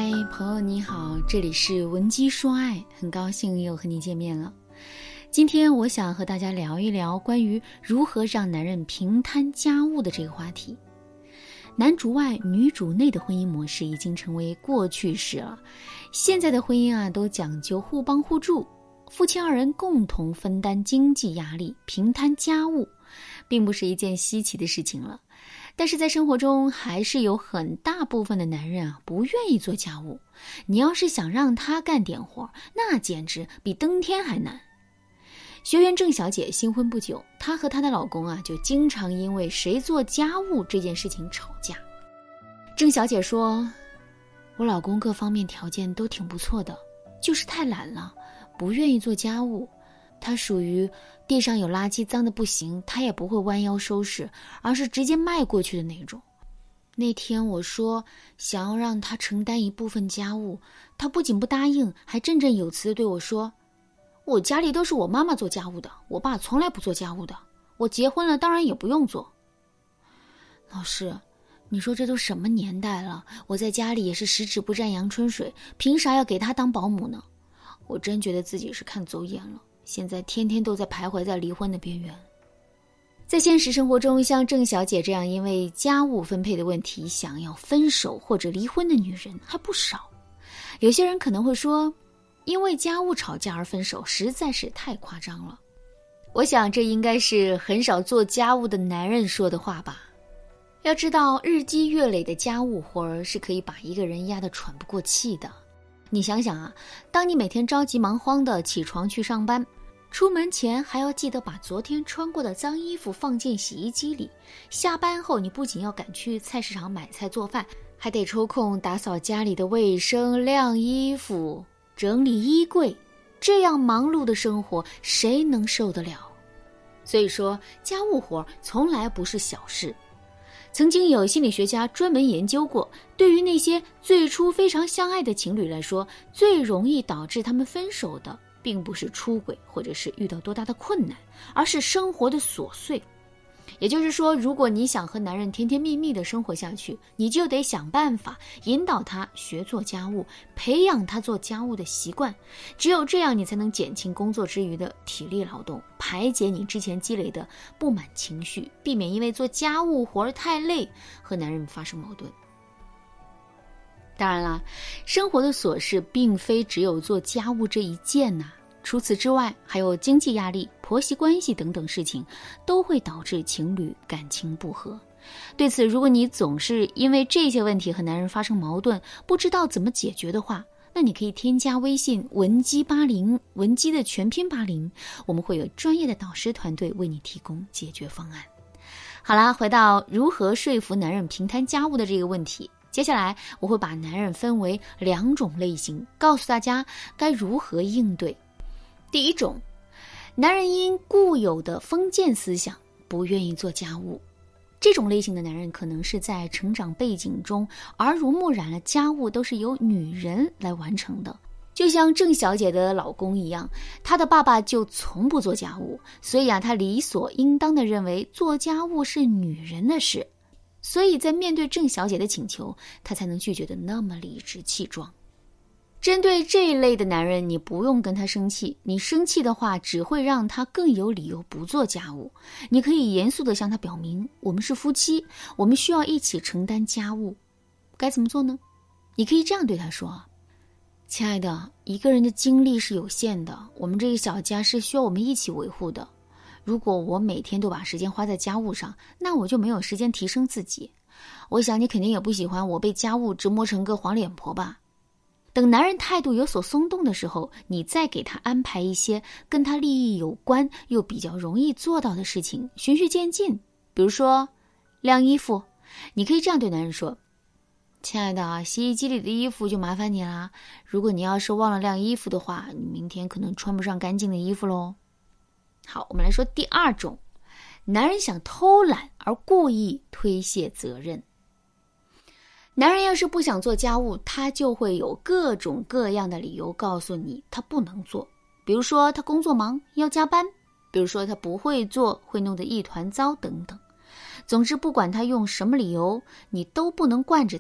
嗨，朋友你好，这里是文姬说爱，很高兴又和你见面了。今天我想和大家聊一聊关于如何让男人平摊家务的这个话题。男主外女主内的婚姻模式已经成为过去式了，现在的婚姻都讲究互帮互助，夫妻二人共同分担经济压力，平摊家务，并不是一件稀奇的事情了。但是在生活中还是有很大部分的男人不愿意做家务，你要是想让他干点活，那简直比登天还难。学员郑小姐新婚不久，她和她的老公就经常因为谁做家务这件事情吵架。郑小姐说，我老公各方面条件都挺不错的，就是太懒了，不愿意做家务。他属于地上有垃圾脏的不行，他也不会弯腰收拾，而是直接迈过去的那种。那天我说想要让他承担一部分家务，他不仅不答应，还振振有词地对我说，我家里都是我妈妈做家务的，我爸从来不做家务的，我结婚了当然也不用做。老师，你说这都什么年代了，我在家里也是十指不沾阳春水，凭啥要给他当保姆呢？我真觉得自己是看走眼了，现在天天都在徘徊在离婚的边缘。在现实生活中，像郑小姐这样因为家务分配的问题想要分手或者离婚的女人还不少。有些人可能会说，因为家务吵架而分手实在是太夸张了。我想这应该是很少做家务的男人说的话吧。要知道，日积月累的家务活是可以把一个人压得喘不过气的。你想想当你每天着急忙慌地起床去上班，出门前还要记得把昨天穿过的脏衣服放进洗衣机里，下班后你不仅要赶去菜市场买菜做饭，还得抽空打扫家里的卫生、晾衣服、整理衣柜，这样忙碌的生活谁能受得了？所以说，家务活从来不是小事。曾经有心理学家专门研究过，对于那些最初非常相爱的情侣来说，最容易导致他们分手的并不是出轨或者是遇到多大的困难，而是生活的琐碎。也就是说，如果你想和男人甜甜蜜蜜的生活下去，你就得想办法引导他学做家务，培养他做家务的习惯。只有这样，你才能减轻工作之余的体力劳动，排解你之前积累的不满情绪，避免因为做家务活太累和男人发生矛盾。当然啦，生活的琐事并非只有做家务这一件除此之外，还有经济压力、婆媳关系等等事情，都会导致情侣感情不和。对此，如果你总是因为这些问题和男人发生矛盾，不知道怎么解决的话，那你可以添加微信文姬80，文姬的全拼80，我们会有专业的导师团队为你提供解决方案。好啦，回到如何说服男人平摊家务的这个问题，接下来我会把男人分为2种类型，告诉大家该如何应对。第一种，男人因固有的封建思想不愿意做家务。这种类型的男人可能是在成长背景中耳濡目染了家务都是由女人来完成的，就像郑小姐的老公一样，她的爸爸就从不做家务，所以他理所应当地认为做家务是女人的事，所以在面对郑小姐的请求，他才能拒绝得那么理直气壮。针对这一类的男人，你不用跟他生气，你生气的话只会让他更有理由不做家务。你可以严肃地向他表明，我们是夫妻，我们需要一起承担家务。该怎么做呢？你可以这样对他说，亲爱的，一个人的精力是有限的，我们这个小家是需要我们一起维护的。如果我每天都把时间花在家务上，那我就没有时间提升自己。我想你肯定也不喜欢我被家务折磨成个黄脸婆吧。等男人态度有所松动的时候，你再给他安排一些跟他利益有关又比较容易做到的事情，循序渐进。比如说晾衣服，你可以这样对男人说，亲爱的，洗衣机里的衣服就麻烦你啦，如果你要是忘了晾衣服的话，你明天可能穿不上干净的衣服咯。好，我们来说第2种，男人想偷懒而故意推卸责任。男人要是不想做家务，他就会有各种各样的理由告诉你他不能做。比如说他工作忙要加班，比如说他不会做会弄得一团糟等等。总之不管他用什么理由，你都不能惯着他，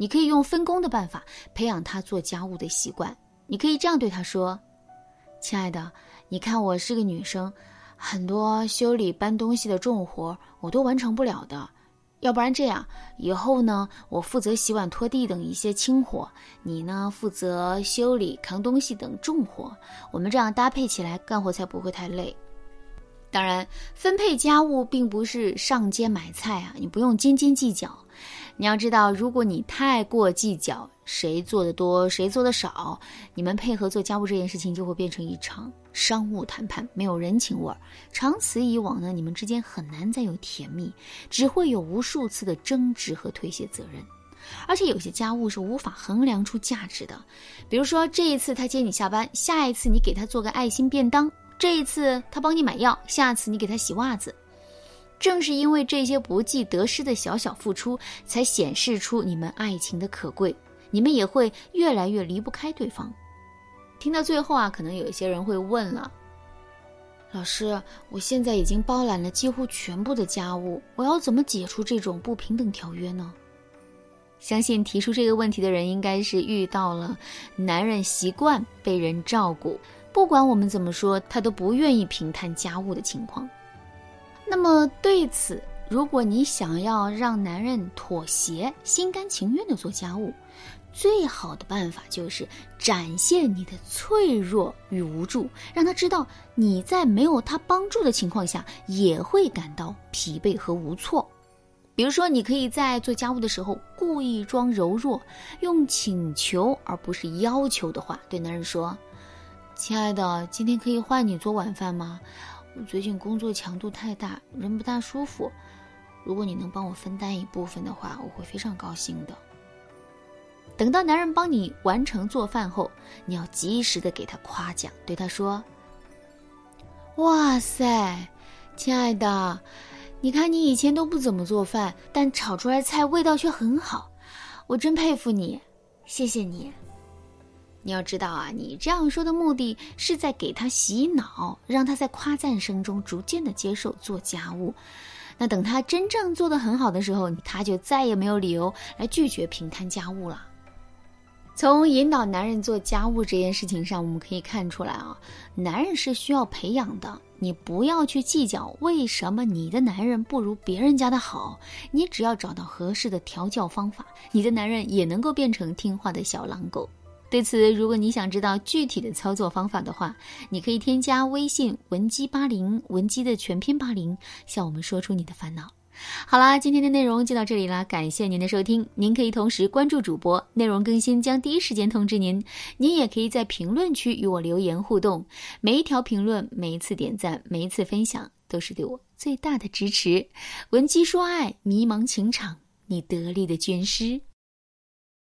你可以用分工的办法培养他做家务的习惯。你可以这样对他说：亲爱的，你看我是个女生，很多修理搬东西的重活我都完成不了的，要不然这样，以后呢，我负责洗碗拖地等一些轻活，你呢负责修理扛东西等重活，我们这样搭配起来干活才不会太累。当然，分配家务并不是上街买菜啊，你不用斤斤计较。你要知道，如果你太过计较谁做的多谁做的少，你们配合做家务这件事情就会变成一场商务谈判，没有人情味儿。长此以往呢，你们之间很难再有甜蜜，只会有无数次的争执和推卸责任。而且有些家务是无法衡量出价值的，比如说这一次他接你下班，下一次你给他做个爱心便当，这一次他帮你买药，下次你给他洗袜子。正是因为这些不计得失的小小付出，才显示出你们爱情的可贵，你们也会越来越离不开对方。听到最后啊，可能有一些人会问了，老师，我现在已经包揽了几乎全部的家务，我要怎么解除这种不平等条约呢？相信提出这个问题的人应该是遇到了男人习惯被人照顾，不管我们怎么说，他都不愿意平摊家务的情况。那么对此，如果你想要让男人妥协，心甘情愿地做家务，最好的办法就是展现你的脆弱与无助，让他知道你在没有他帮助的情况下也会感到疲惫和无措。比如说，你可以在做家务的时候故意装柔弱，用请求而不是要求的话对男人说：亲爱的，今天可以换你做晚饭吗？我最近工作强度太大，人不大舒服，如果你能帮我分担一部分的话，我会非常高兴的。等到男人帮你完成做饭后，你要及时的给他夸奖，对他说：哇塞，亲爱的，你看你以前都不怎么做饭，但炒出来菜味道却很好，我真佩服你，谢谢你。你要知道啊，你这样说的目的是在给他洗脑，让他在夸赞声中逐渐的接受做家务。那等他真正做得很好的时候，他就再也没有理由来拒绝平摊家务了。从引导男人做家务这件事情上，我们可以看出来啊，男人是需要培养的。你不要去计较为什么你的男人不如别人家的好，你只要找到合适的调教方法，你的男人也能够变成听话的小狼狗。对此，如果你想知道具体的操作方法的话，你可以添加微信文姬80，文姬的全拼80，向我们说出你的烦恼。好啦，今天的内容就到这里啦，感谢您的收听。您可以同时关注主播，内容更新将第一时间通知您。您也可以在评论区与我留言互动，每一条评论，每一次点赞，每一次分享，都是对我最大的支持。文姬说爱，迷茫情场，你得力的军师。